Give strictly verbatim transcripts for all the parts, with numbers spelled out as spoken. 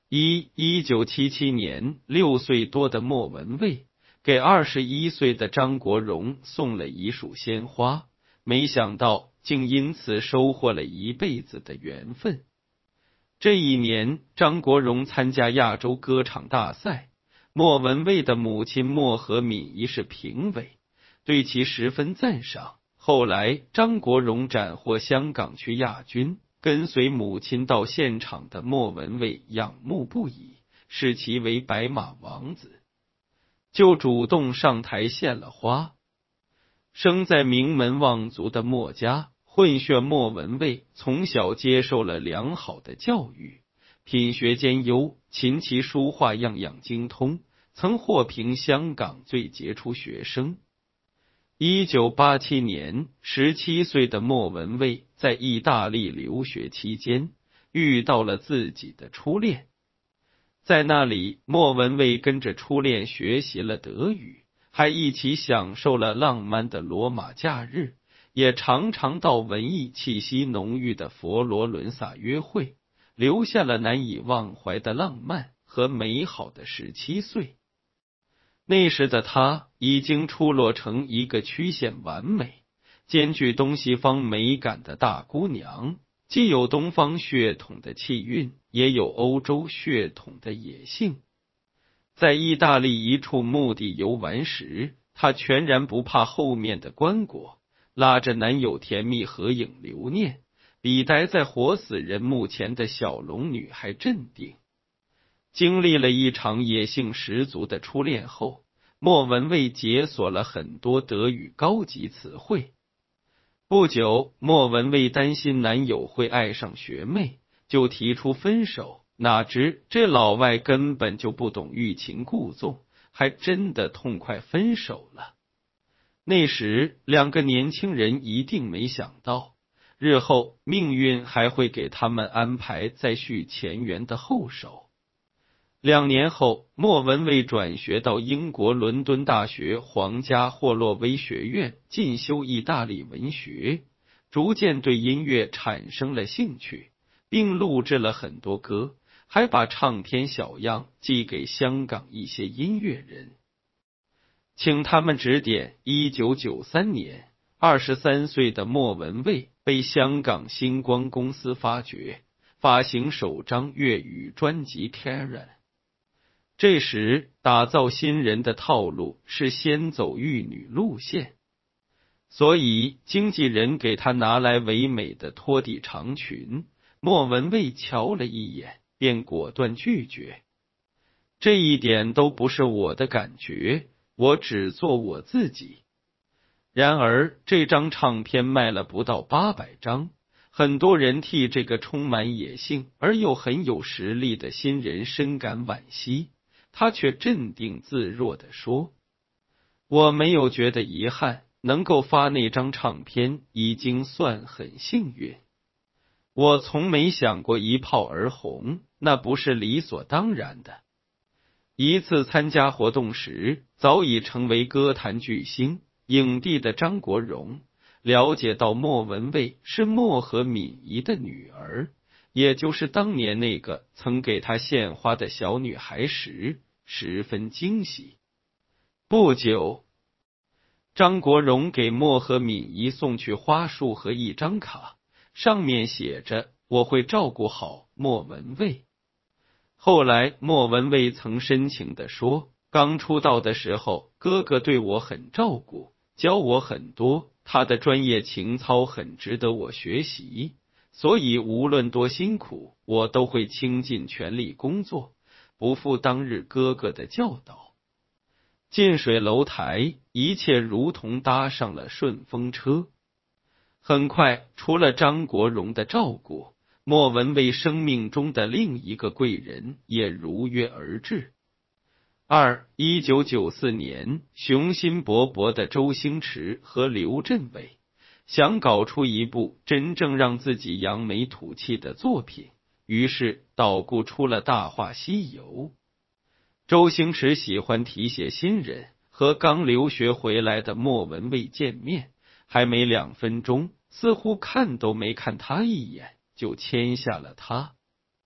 一一九七七年，六岁多的莫文蔚给二十一岁的张国荣送了一束鲜花，没想到竟因此收获了一辈子的缘分。这一年，张国荣参加亚洲歌唱大赛，莫文蔚的母亲莫和敏仪是评委，对其十分赞赏。后来，张国荣斩获香港区亚军，跟随母亲到现场的莫文蔚仰慕不已，视其为白马王子，就主动上台献了花。生在名门望族的莫家，混血莫文蔚从小接受了良好的教育，品学兼优，琴棋书画样样精通，曾获评香港最杰出学生。一九八七年，十七岁的莫文蔚在意大利留学期间，遇到了自己的初恋。在那里，莫文蔚跟着初恋学习了德语，还一起享受了浪漫的罗马假日，也常常到文艺气息浓郁的佛罗伦萨约会，留下了难以忘怀的浪漫和美好的十七岁。那时的她已经出落成一个曲线完美、兼具东西方美感的大姑娘，既有东方血统的气韵，也有欧洲血统的野性。在意大利一处墓地游玩时，她全然不怕后面的棺椁，拉着男友甜蜜合影留念，比待在活死人墓前的小龙女还镇定。经历了一场野性十足的初恋后，莫文蔚解锁了很多德语高级词汇。不久，莫文蔚担心男友会爱上学妹，就提出分手，哪知这老外根本就不懂欲擒故纵，还真的痛快分手了。那时，两个年轻人一定没想到，日后命运还会给他们安排再续前缘的后手。两年后，莫文蔚转学到英国伦敦大学皇家霍洛威学院进修意大利文学，逐渐对音乐产生了兴趣，并录制了很多歌，还把唱片小样寄给香港一些音乐人，请他们指点。一九九三年，二十三岁的莫文蔚被香港星光公司发掘，发行首张粤语专辑《Karen》。这时，打造新人的套路是先走玉女路线，所以经纪人给她拿来唯美的拖地长裙，莫文蔚瞧了一眼，便果断拒绝。这一点都不是我的感觉，我只做我自己。然而，这张唱片卖了不到八百张，很多人替这个充满野性而又很有实力的新人深感惋惜。他却镇定自若地说：“我没有觉得遗憾，能够发那张唱片已经算很幸运。我从没想过一炮而红，那不是理所当然的。”一次参加活动时，早已成为歌坛巨星、影帝的张国荣了解到莫文蔚是莫和敏仪的女儿，也就是当年那个曾给他献花的小女孩时，十分惊喜。不久，张国荣给莫和敏仪送去花束和一张卡，上面写着：“我会照顾好莫文蔚。”后来，莫文蔚曾深情地说：“刚出道的时候，哥哥对我很照顾，教我很多，他的专业情操很值得我学习。所以无论多辛苦，我都会倾尽全力工作，不负当日哥哥的教导。”近水楼台，一切如同搭上了顺风车。很快，除了张国荣的照顾，莫文蔚生命中的另一个贵人也如约而至。二一九九四年，雄心勃勃的周星驰和刘镇伟想搞出一部真正让自己扬眉吐气的作品，于是捣鼓出了《大话西游》。周星驰喜欢提携新人，和刚留学回来的莫文蔚见面，还没两分钟，似乎看都没看他一眼，就签下了他。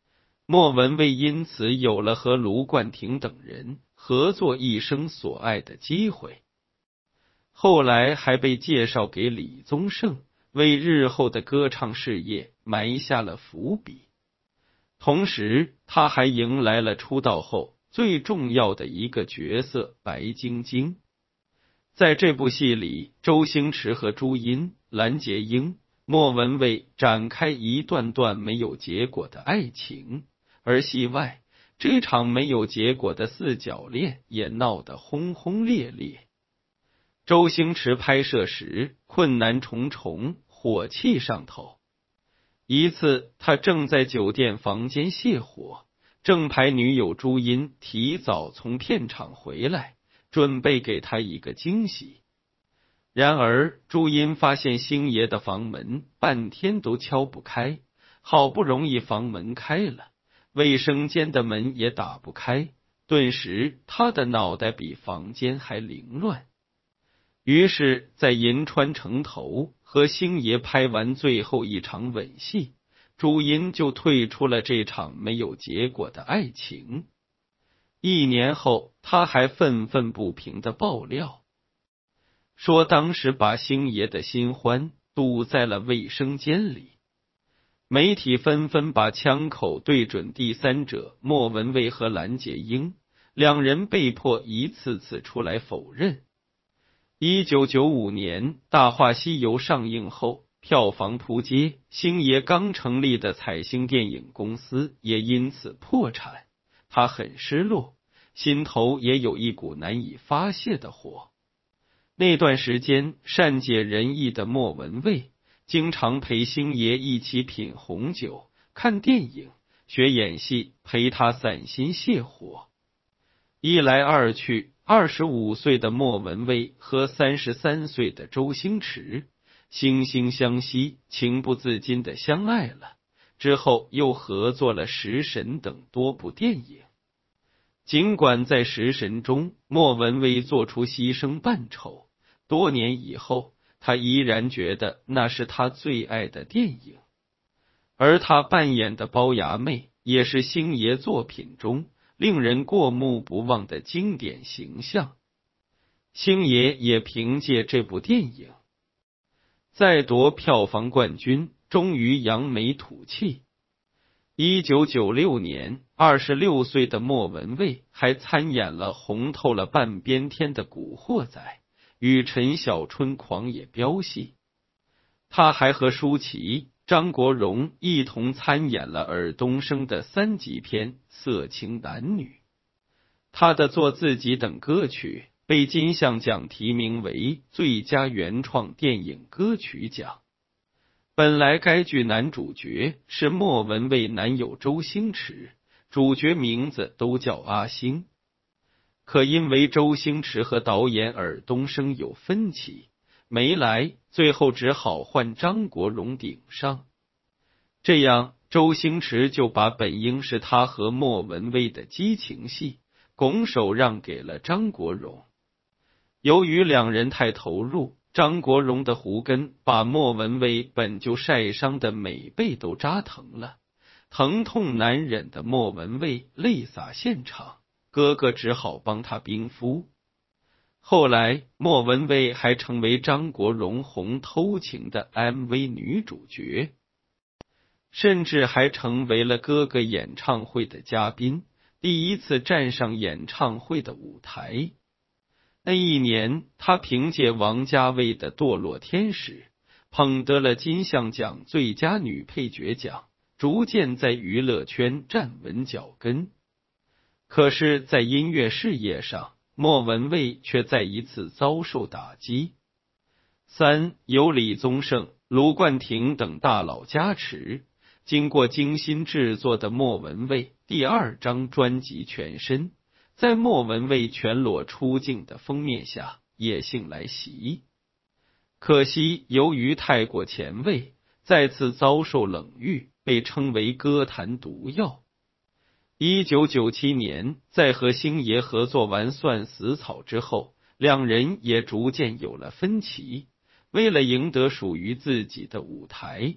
莫文蔚因此有了和卢冠廷等人合作一生所爱的机会。后来还被介绍给李宗盛，为日后的歌唱事业埋下了伏笔。同时，他还迎来了出道后最重要的一个角色白晶晶。在这部戏里，周星驰和朱茵、蓝洁瑛、莫文蔚展开一段段没有结果的爱情，而戏外，这场没有结果的四角恋也闹得轰轰烈烈。周星驰拍摄时困难重重，火气上头。一次，他正在酒店房间泄火，正牌女友朱茵提早从片场回来，准备给他一个惊喜。然而，朱茵发现星爷的房门半天都敲不开，好不容易房门开了，卫生间的门也打不开，顿时他的脑袋比房间还凌乱。于是，在银川城头和星爷拍完最后一场吻戏，朱茵就退出了这场没有结果的爱情。一年后，他还愤愤不平地爆料，说当时把星爷的新欢堵在了卫生间里。媒体纷纷把枪口对准第三者莫文蔚和蓝洁瑛，两人被迫一次次出来否认。一九九五年《大话西游》上映后，票房扑街，星爷刚成立的彩星电影公司也因此破产。他很失落，心头也有一股难以发泄的火。那段时间，善解人意的莫文蔚经常陪星爷一起品红酒、看电影、学演戏，陪他散心泄火。一来二去，二十五岁的莫文蔚和三十三岁的周星驰惺惺相惜，情不自禁的相爱了。之后又合作了《食神》等多部电影。尽管在《食神》中，莫文蔚做出牺牲扮丑，多年以后，他依然觉得那是他最爱的电影。而他扮演的包衙妹也是星爷作品中令人过目不忘的经典形象。星爷也凭借这部电影再夺票房冠军，终于扬眉吐气。一九九六年，二十六岁的莫文蔚还参演了红透了半边天的《古惑仔》与陈小春狂野飙戏。他还和舒淇、张国荣一同参演了尔冬升的三级片《色情男女》。他的《做自己》等歌曲被金像奖提名为最佳原创电影歌曲奖。本来该剧男主角是莫文蔚男友周星驰，主角名字都叫阿星。可因为周星驰和导演尔冬升有分歧，没来，最后只好换张国荣顶上。这样，周星驰就把本应是他和莫文蔚的激情戏拱手让给了张国荣。由于两人太投入，张国荣的胡根把莫文蔚本就晒伤的美背都扎疼了，疼痛难忍的莫文蔚泪洒现场，哥哥只好帮他冰敷。后来，莫文蔚还成为张国荣红偷情的 M V 女主角，甚至还成为了哥哥演唱会的嘉宾，第一次站上演唱会的舞台。那一年，他凭借王家卫的《堕落天使》捧得了金像奖最佳女配角奖，逐渐在娱乐圈站稳脚跟。可是，在音乐事业上，莫文蔚却再一次遭受打击。三，有李宗盛、卢冠廷等大佬加持，经过精心制作的莫文蔚第二张专辑《全身》，在莫文蔚全裸出镜的封面下野性来袭。可惜由于太过前卫，再次遭受冷遇，被称为歌坛毒药。一九九七年，在和星爷合作完《算死草》之后，两人也逐渐有了分歧。为了赢得属于自己的舞台，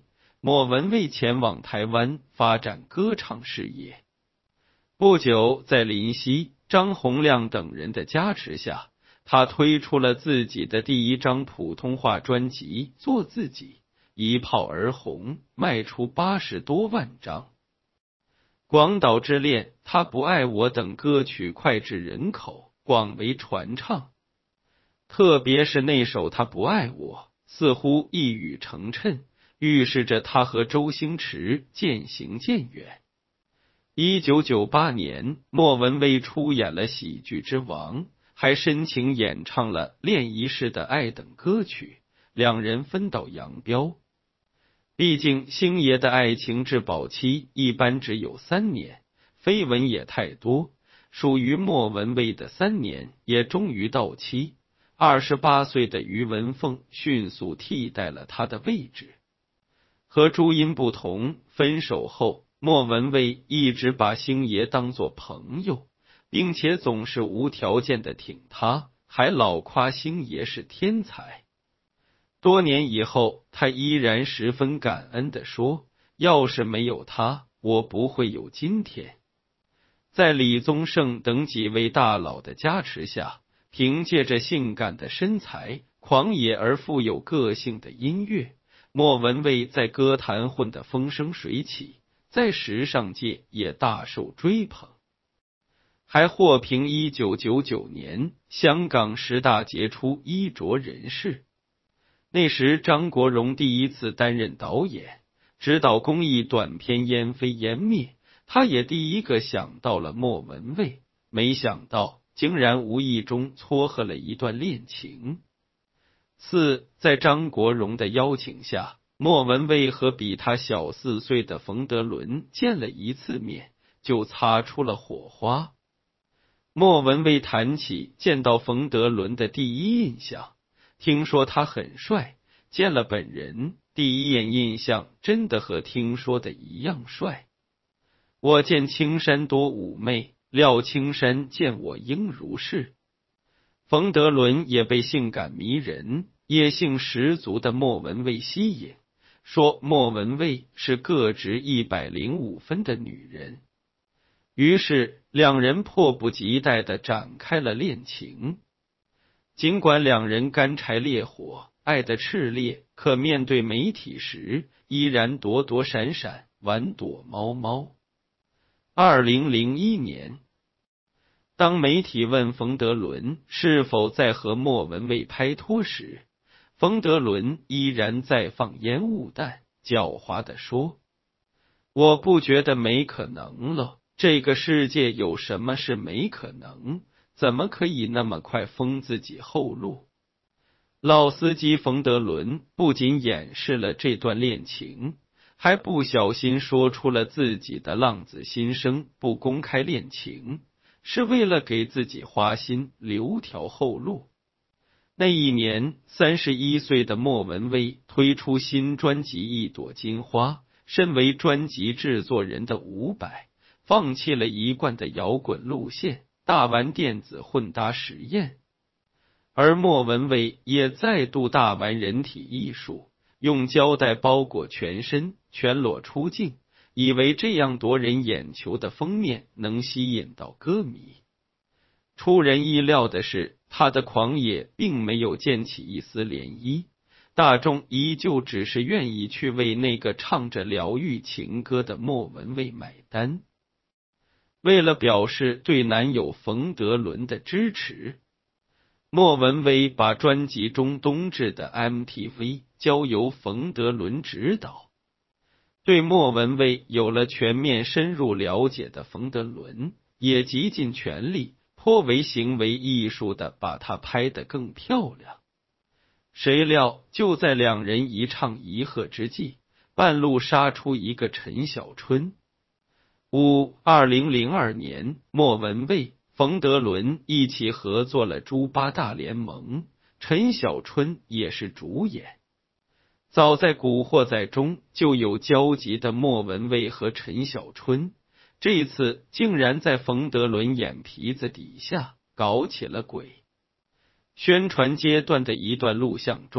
莫文蔚前往台湾发展歌唱事业。不久，在林夕、张洪量等人的加持下，他推出了自己的第一张普通话专辑《做自己》，一炮而红，卖出八十多万张。广岛之恋、他不爱我等歌曲脍炙人口，广为传唱。特别是那首《他不爱我》，似乎一语成谶，预示着他和周星驰渐行渐远。一九九八年，莫文蔚出演了《喜剧之王》，还深情演唱了《恋一世的爱》等歌曲，两人分道扬镳。毕竟星爷的爱情质保期一般只有三年，绯闻也太多，属于莫文蔚的三年也终于到期。二十八岁的于文凤迅速替代了他的位置。和朱茵不同，分手后莫文蔚一直把星爷当作朋友，并且总是无条件的挺他，还老夸星爷是天才。多年以后，他依然十分感恩地说，要是没有他，我不会有今天。在李宗盛等几位大佬的加持下，凭借着性感的身材、狂野而富有个性的音乐，莫文蔚在歌坛混得风生水起，在时尚界也大受追捧，还获评一九九九年香港十大杰出衣着人士。那时张国荣第一次担任导演，指导公益短片《烟飞烟灭》，他也第一个想到了莫文蔚，没想到竟然无意中撮合了一段恋情。四，在张国荣的邀请下，莫文蔚和比他小四岁的冯德伦见了一次面，就擦出了火花。莫文蔚谈起见到冯德伦的第一印象，听说他很帅，见了本人，第一眼印象真的和听说的一样帅。我见青山多妩媚，料青山见我应如是。冯德伦也被性感迷人、野性十足的莫文蔚吸引，说莫文蔚是个值一百零五分的女人。于是两人迫不及待地展开了恋情。尽管两人干柴烈火，爱得炽烈，可面对媒体时依然躲躲闪闪，玩躲猫猫。二零零一年，当媒体问冯德伦是否在和莫文蔚拍拖时，冯德伦依然在放烟雾弹，狡猾地说，我不觉得没可能了，这个世界有什么是没可能，怎么可以那么快封自己后路？老司机冯德伦不仅掩饰了这段恋情，还不小心说出了自己的浪子心声，不公开恋情，是为了给自己花心留条后路。那一年，三十一岁的莫文蔚推出新专辑《一朵金花》，身为专辑制作人的伍佰放弃了一贯的摇滚路线，大玩电子混搭实验。而莫文蔚也再度大玩人体艺术，用胶带包裹全身，全裸出镜，以为这样夺人眼球的封面能吸引到歌迷。出人意料的是，他的狂野并没有溅起一丝涟漪，大众依旧只是愿意去为那个唱着疗愈情歌的莫文蔚买单。为了表示对男友冯德伦的支持，莫文蔚把专辑中冬至的 M T V 交由冯德伦指导。对莫文蔚有了全面深入了解的冯德伦，也极尽全力，颇为行为艺术的把她拍得更漂亮。谁料就在两人一唱一和之际，半路杀出一个陈小春。五二零零二年，莫文蔚、冯德伦一起合作了《猪八大联盟》，陈小春也是主演。早在《古惑仔》中就有交集的莫文蔚和陈小春，这次竟然在冯德伦眼皮子底下搞起了鬼。宣传阶段的一段录像中，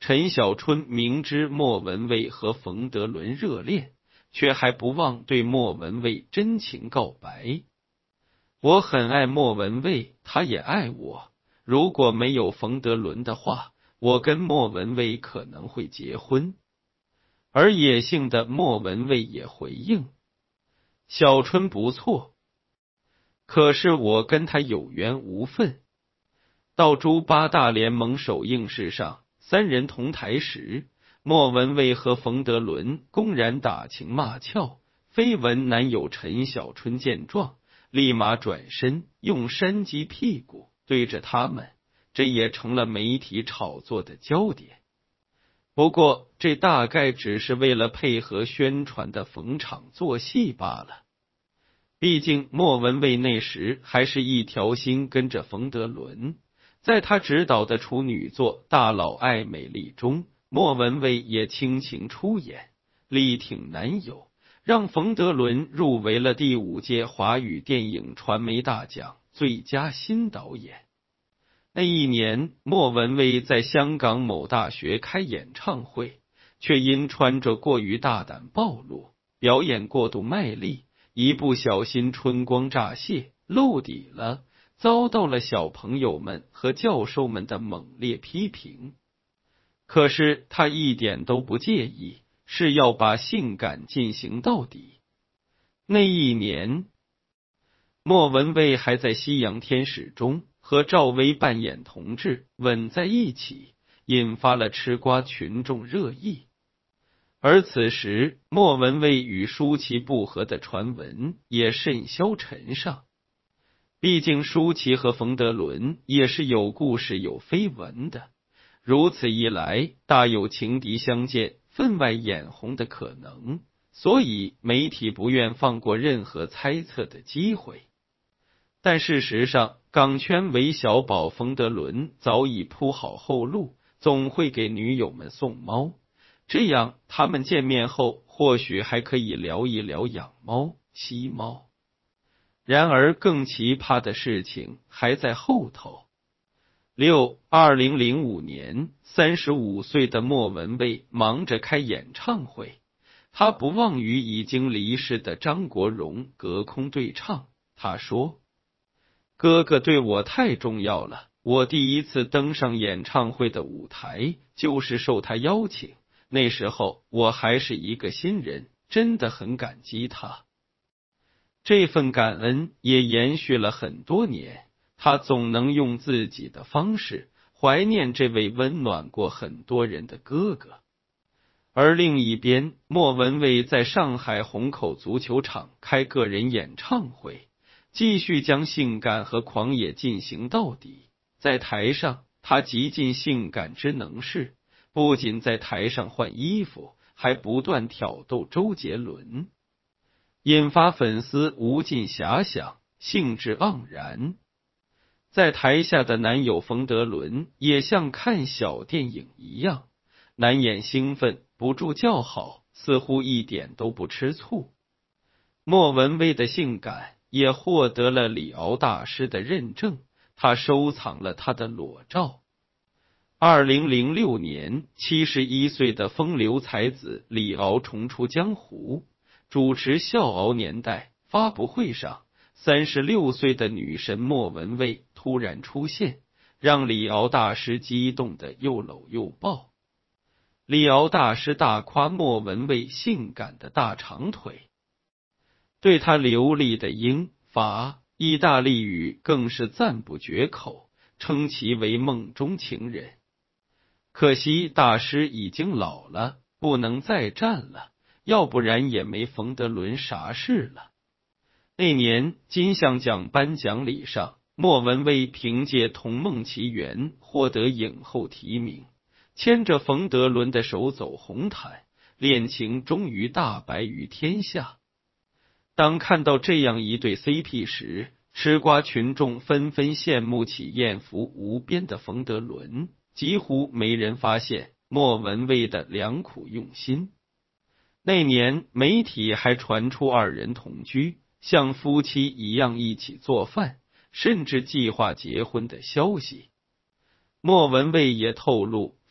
陈小春明知莫文蔚和冯德伦热恋，却还不忘对莫文蔚真情告白。我很爱莫文蔚，她也爱我。如果没有冯德伦的话，我跟莫文蔚可能会结婚。而野性的莫文蔚也回应：小春不错，可是我跟他有缘无分。到猪八大联盟首映式上，三人同台时，莫文蔚和冯德伦公然打情骂俏。绯闻男友陈小春见状，立马转身用山鸡屁股对着他们，这也成了媒体炒作的焦点。不过，这大概只是为了配合宣传的逢场作戏罢了。毕竟莫文蔚那时还是一条心跟着冯德伦。在他执导的处女作《大佬爱美丽》中，莫文蔚也倾情出演，力挺男友，让冯德伦入围了第五届华语电影传媒大奖最佳新导演。那一年，莫文蔚在香港某大学开演唱会，却因穿着过于大胆暴露，表演过度卖力，一不小心春光乍泄，露底了，遭到了小朋友们和教授们的猛烈批评。可是他一点都不介意，是要把性感进行到底。那一年，莫文蔚还在《西洋天使》中和赵薇扮演同志吻在一起，引发了吃瓜群众热议。而此时，莫文蔚与舒淇不和的传闻也甚嚣尘上。毕竟舒淇和冯德伦也是有故事有绯闻的，如此一来，大有情敌相见，分外眼红的可能，所以媒体不愿放过任何猜测的机会。但事实上，港圈韦小宝冯德伦早已铺好后路，总会给女友们送猫，这样他们见面后或许还可以聊一聊养猫、吸猫。然而更奇葩的事情还在后头。六二零零五年，三十五岁的莫文蔚忙着开演唱会，他不忘与已经离世的张国荣隔空对唱。他说：哥哥对我太重要了，我第一次登上演唱会的舞台就是受他邀请，那时候我还是一个新人，真的很感激他。这份感恩也延续了很多年，他总能用自己的方式怀念这位温暖过很多人的哥哥。而另一边，莫文蔚在上海虹口足球场开个人演唱会，继续将性感和狂野进行到底。在台上，他极尽性感之能事，不仅在台上换衣服，还不断挑逗周杰伦，引发粉丝无尽遐想，兴致盎然。在台下的男友冯德伦也像看小电影一样，难掩兴奋，不住叫好，似乎一点都不吃醋。莫文蔚的性感也获得了李敖大师的认证，他收藏了他的裸照。二零零六年，七十一岁的风流才子李敖重出江湖，主持《笑傲年代》发布会上，三十六岁的女神莫文蔚突然出现，让李敖大师激动的又搂又抱。李敖大师大夸莫文蔚性感的大长腿，对她流利的英法意大利语更是赞不绝口，称其为梦中情人。可惜大师已经老了，不能再战了，要不然也没冯德伦啥事了。那年金像奖颁奖礼上，莫文蔚凭借《童梦奇缘》获得影后提名，牵着冯德伦的手走红毯，恋情终于大白于天下。当看到这样一对 C P 时，吃瓜群众纷纷羡慕起艳福无边的冯德伦，几乎没人发现莫文蔚的良苦用心。那年媒体还传出二人同居，像夫妻一样一起做饭，甚至计划结婚的消息。莫文蔚也透露，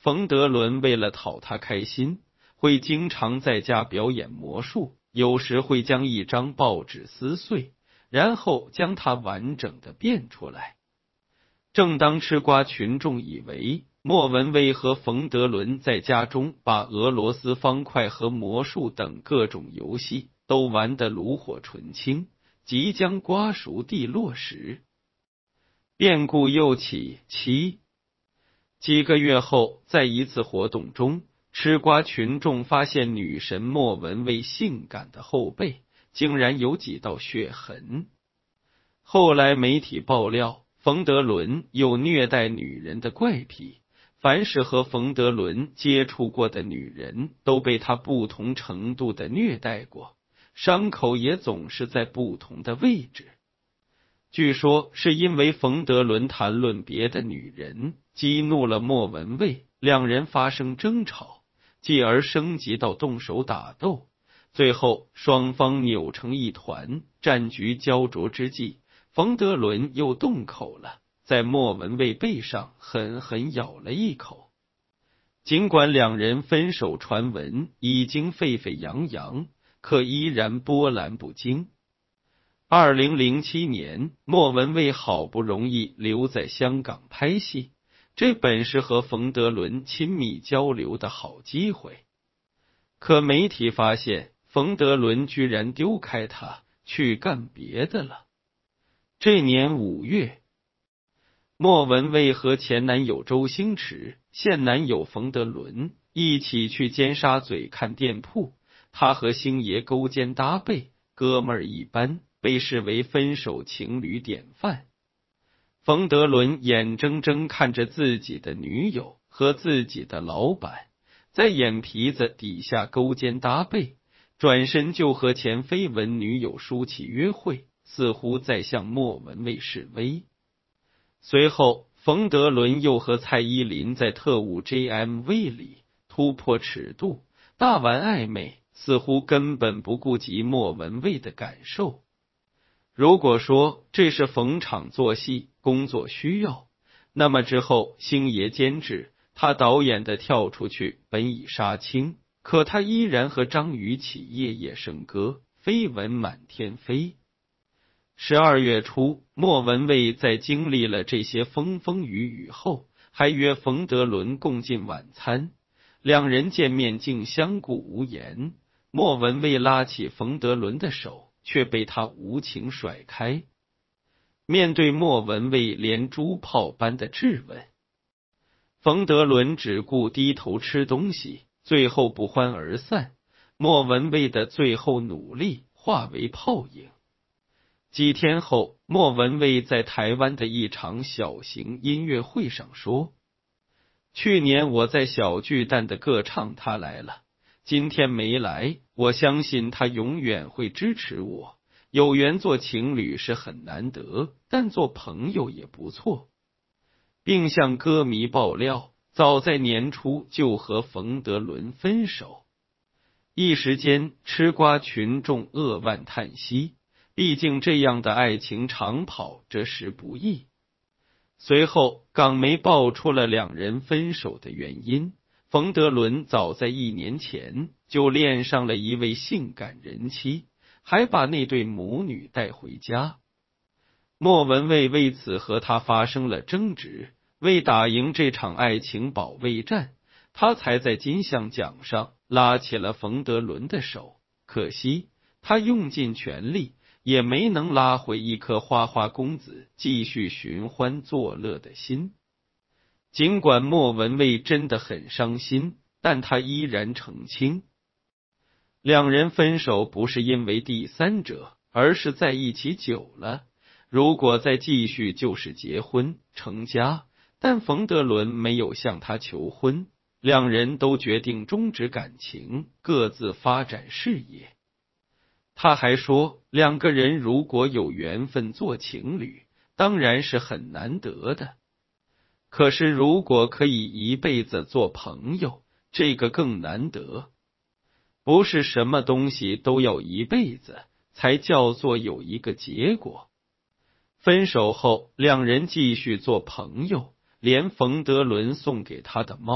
冯德伦为了讨他开心，会经常在家表演魔术，有时会将一张报纸撕碎，然后将它完整的变出来。正当吃瓜群众以为莫文蔚和冯德伦在家中把俄罗斯方块和魔术等各种游戏都玩得炉火纯青，即将瓜熟蒂落时，变故又起。七几个月后，在一次活动中，吃瓜群众发现女神莫文蔚性感的后背竟然有几道血痕。后来媒体爆料，冯德伦有虐待女人的怪癖，凡是和冯德伦接触过的女人都被他不同程度的虐待过，伤口也总是在不同的位置。据说是因为冯德伦谈论别的女人，激怒了莫文蔚，两人发生争吵，继而升级到动手打斗，最后双方扭成一团，战局焦灼之际，冯德伦又动口了，在莫文蔚背上狠狠咬了一口。尽管两人分手传闻已经沸沸扬扬，可依然波澜不惊。二零零七年，莫文蔚好不容易留在香港拍戏，这本是和冯德伦亲密交流的好机会。可媒体发现，冯德伦居然丢开他，去干别的了。这年五月，莫文蔚和前男友周星驰、现男友冯德伦一起去尖沙咀看店铺，他和星爷勾肩搭背，哥们儿一般，被视为分手情侣典范。冯德伦眼睁睁看着自己的女友和自己的老板在眼皮子底下勾肩搭背，转身就和前绯闻女友舒淇约会，似乎在向莫文蔚示威。随后，冯德伦又和蔡依林在特务 J M V 里突破尺度，大玩暧昧，似乎根本不顾及莫文蔚的感受。如果说这是逢场作戏，工作需要，那么之后星爷监制，他导演的跳出去本已杀青，可他依然和张雨绮夜夜笙歌，绯闻满天飞。十二月初，莫文蔚在经历了这些风风雨雨后，还约冯德伦共进晚餐，两人见面竟相顾无言。莫文蔚拉起冯德伦的手，却被他无情甩开。面对莫文蔚连珠炮般的质问，冯德伦只顾低头吃东西，最后不欢而散。莫文蔚的最后努力化为泡影。几天后，莫文蔚在台湾的一场小型音乐会上说，去年我在小巨蛋的歌唱他来了，今天没来，我相信他永远会支持我。有缘做情侣是很难得，但做朋友也不错。并向歌迷爆料，早在年初就和冯德伦分手。一时间，吃瓜群众扼腕叹息，毕竟这样的爱情长跑着实不易。随后，港媒爆出了两人分手的原因。冯德伦早在一年前就恋上了一位性感人妻，还把那对母女带回家。莫文蔚为此和他发生了争执，为打赢这场爱情保卫战，他才在金像奖上拉起了冯德伦的手。可惜，他用尽全力，也没能拉回一颗花花公子继续寻欢作乐的心。尽管莫文蔚真的很伤心，但他依然澄清，两人分手不是因为第三者，而是在一起久了。如果再继续就是结婚成家，但冯德伦没有向他求婚，两人都决定终止感情，各自发展事业。他还说，两个人如果有缘分做情侣，当然是很难得的。可是如果可以一辈子做朋友，这个更难得。不是什么东西都要一辈子，才叫做有一个结果。分手后，两人继续做朋友，连冯德伦送给他的猫，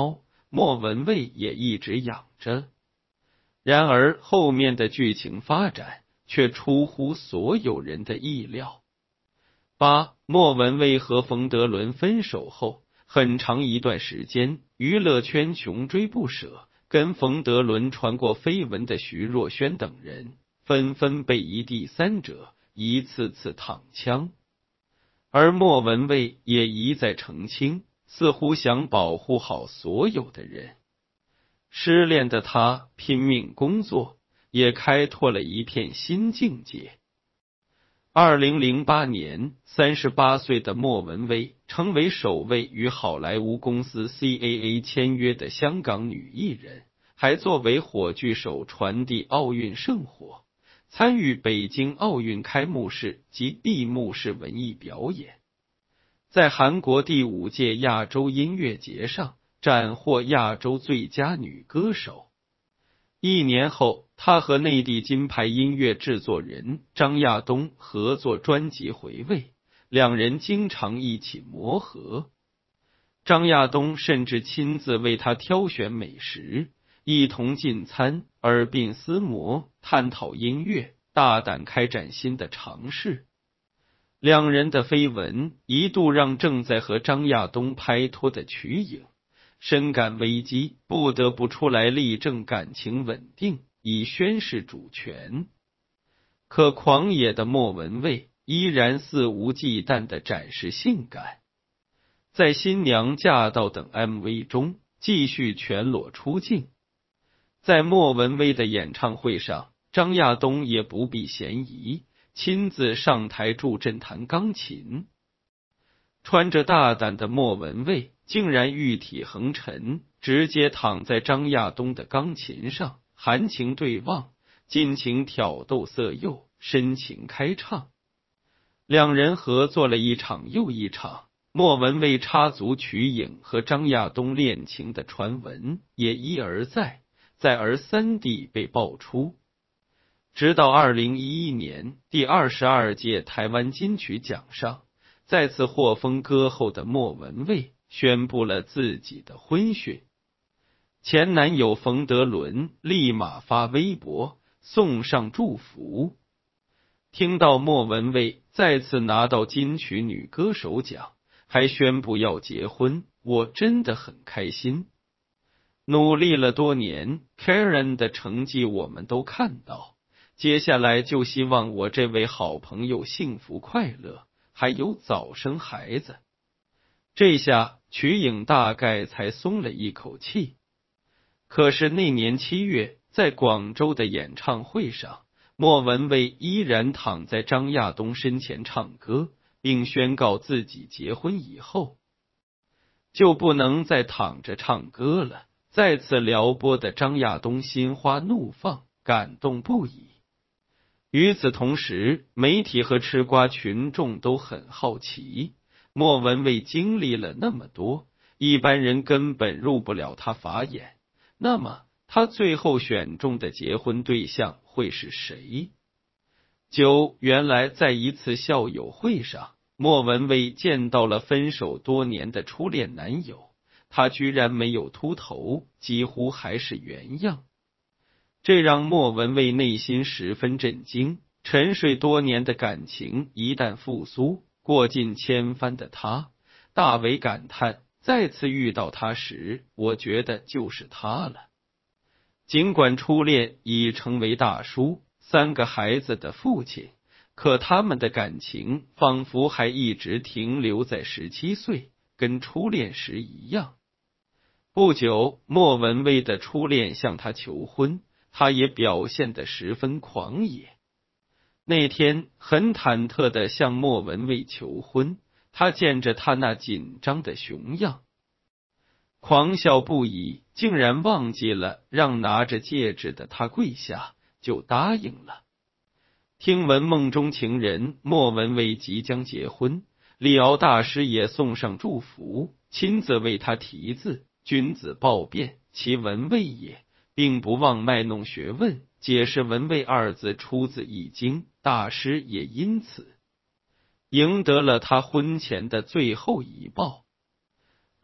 莫文蔚也一直养着。然而后面的剧情发展却出乎所有人的意料。八，莫文蔚和冯德伦分手后，很长一段时间，娱乐圈穷追不舍，跟冯德伦传过绯闻的徐若瑄等人，纷纷被一第三者一次次躺枪。而莫文蔚也一再澄清，似乎想保护好所有的人。失恋的他拼命工作，也开拓了一片新境界。二零零八年，三十八岁的莫文蔚成为首位与好莱坞公司 C A A 签约的香港女艺人，还作为火炬手传递奥运圣火，参与北京奥运开幕式及闭幕式文艺表演。在韩国第五届亚洲音乐节上斩获亚洲最佳女歌手。一年后，她和内地金牌音乐制作人张亚东合作专辑《回味》，两人经常一起磨合。张亚东甚至亲自为她挑选美食，一同进餐，耳鬓厮磨，探讨音乐，大胆开展新的尝试。两人的绯闻一度让正在和张亚东拍拖的瞿颖深感危机，不得不出来力证感情稳定，以宣示主权。可狂野的莫文蔚依然肆无忌惮地展示性感，在新娘驾到等 M V 中继续全裸出镜。在莫文蔚的演唱会上，张亚东也不避嫌疑，亲自上台助阵弹钢琴。穿着大胆的莫文蔚竟然玉体横陈，直接躺在张亚东的钢琴上，含情对望，尽情挑逗色诱，深情开唱。两人合作了一场又一场，莫文蔚插足瞿颖和张亚东恋情的传闻也一而再，再而三地被爆出。直到二零一一年第二十二届台湾金曲奖上，再次获封歌后的莫文蔚宣布了自己的婚讯。前男友冯德伦立马发微博送上祝福。听到莫文蔚再次拿到金曲女歌手奖，还宣布要结婚，我真的很开心。努力了多年 Karen 的成绩我们都看到，接下来就希望我这位好朋友幸福快乐，还有早生孩子。这下瞿颖大概才松了一口气。可是那年七月，在广州的演唱会上，莫文蔚依然躺在张亚东身前唱歌，并宣告自己结婚以后就不能再躺着唱歌了。再次撩拨的张亚东心花怒放，感动不已。与此同时，媒体和吃瓜群众都很好奇，莫文蔚经历了那么多，一般人根本入不了他法眼，那么他最后选中的结婚对象会是谁？九，原来在一次校友会上，莫文蔚见到了分手多年的初恋男友，他居然没有秃头，几乎还是原样。这让莫文蔚内心十分震惊，沉睡多年的感情一旦复苏，过尽千帆的他大为感叹，再次遇到他时，我觉得就是他了。尽管初恋已成为大叔，三个孩子的父亲，可他们的感情仿佛还一直停留在十七岁，跟初恋时一样。不久，莫文蔚的初恋向他求婚，他也表现得十分狂野。那天很忐忑地向莫文蔚求婚，他见着他那紧张的熊样，狂笑不已，竟然忘记了让拿着戒指的他跪下，就答应了。听闻梦中情人莫文蔚即将结婚，李敖大师也送上祝福，亲自为他题字，君子报变，其文蔚也，并不忘卖弄学问，解释文蔚二字出自易经，大师也因此赢得了他婚前的最后一报。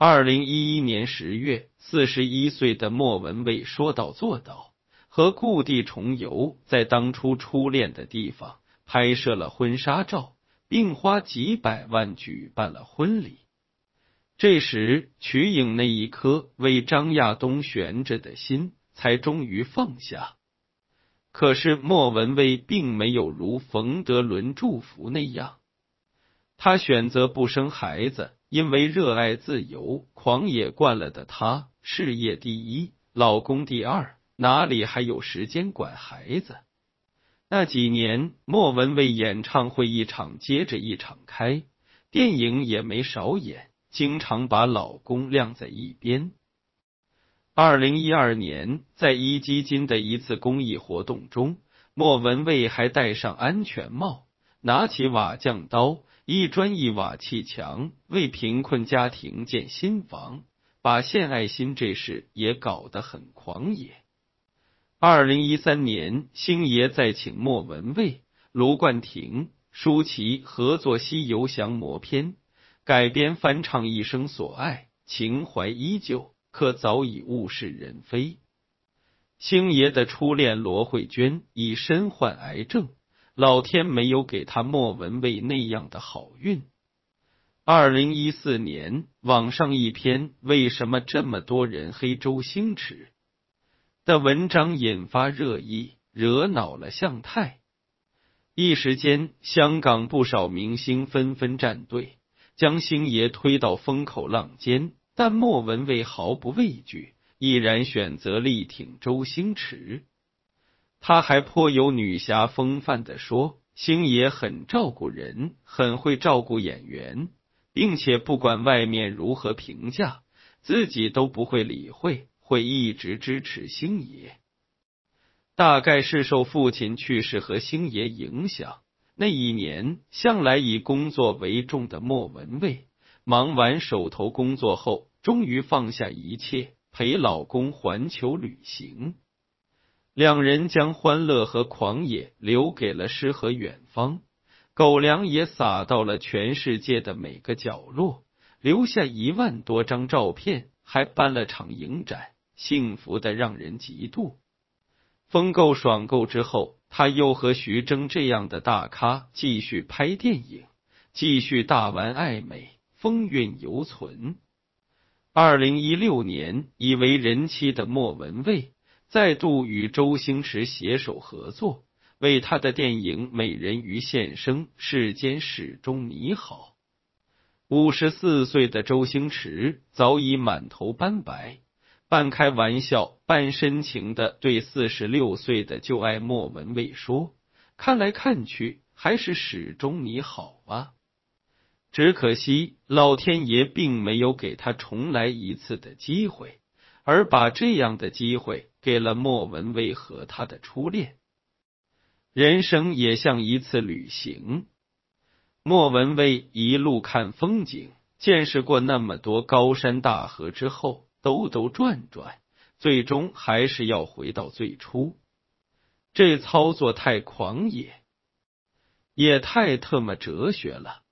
二零一一年十月，四十一岁的莫文蔚说到做到，和故地重游，在当初初恋的地方拍摄了婚纱照，并花几百万举办了婚礼。这时，瞿颖那一颗为张亚东悬着的心才终于放下。可是莫文蔚并没有如冯德伦祝福那样，他选择不生孩子，因为热爱自由，狂野惯了的他，事业第一，老公第二，哪里还有时间管孩子？那几年，莫文蔚演唱会一场接着一场开，电影也没少演，经常把老公晾在一边。二零一二年，在壹基金的一次公益活动中，莫文蔚还戴上安全帽，拿起瓦匠刀，一砖一瓦砌墙，为贫困家庭建新房，把献爱心这事也搞得很狂野。二零一三年，星爷再请莫文蔚、卢冠廷、舒淇合作《西游降魔篇》，改编翻唱《一生所爱》，情怀依旧，可早已物是人非。星爷的初恋罗慧娟已身患癌症，老天没有给她莫文蔚那样的好运。二零一四年，网上一篇为什么这么多人黑周星驰的文章引发热议，惹恼了向太。一时间，香港不少明星纷纷站队，将星爷推到风口浪尖，但莫文蔚毫不畏惧，毅然选择力挺周星驰。他还颇有女侠风范地说，星爷很照顾人，很会照顾演员，并且不管外面如何评价，自己都不会理会，会一直支持星爷。大概是受父亲去世和星爷影响，那一年向来以工作为重的莫文蔚，忙完手头工作后，终于放下一切，陪老公环球旅行。两人将欢乐和狂野留给了诗和远方，狗粮也撒到了全世界的每个角落，留下一万多张照片，还办了场影展，幸福的让人嫉妒。疯够爽够之后，他又和徐峥这样的大咖继续拍电影，继续大玩爱美，风韵犹存。二零一六年，已为人妻的莫文蔚再度与周星驰携手合作，为他的电影《美人鱼》献声，世间始终你好。五十四岁的周星驰早已满头斑白，半开玩笑半深情地对四十六岁的旧爱莫文蔚说，看来看去还是始终你好啊。只可惜老天爷并没有给他重来一次的机会，而把这样的机会给了莫文蔚和他的初恋。人生也像一次旅行，莫文蔚一路看风景，见识过那么多高山大河之后，兜兜转转，最终还是要回到最初。这操作太狂野，也太特么哲学了。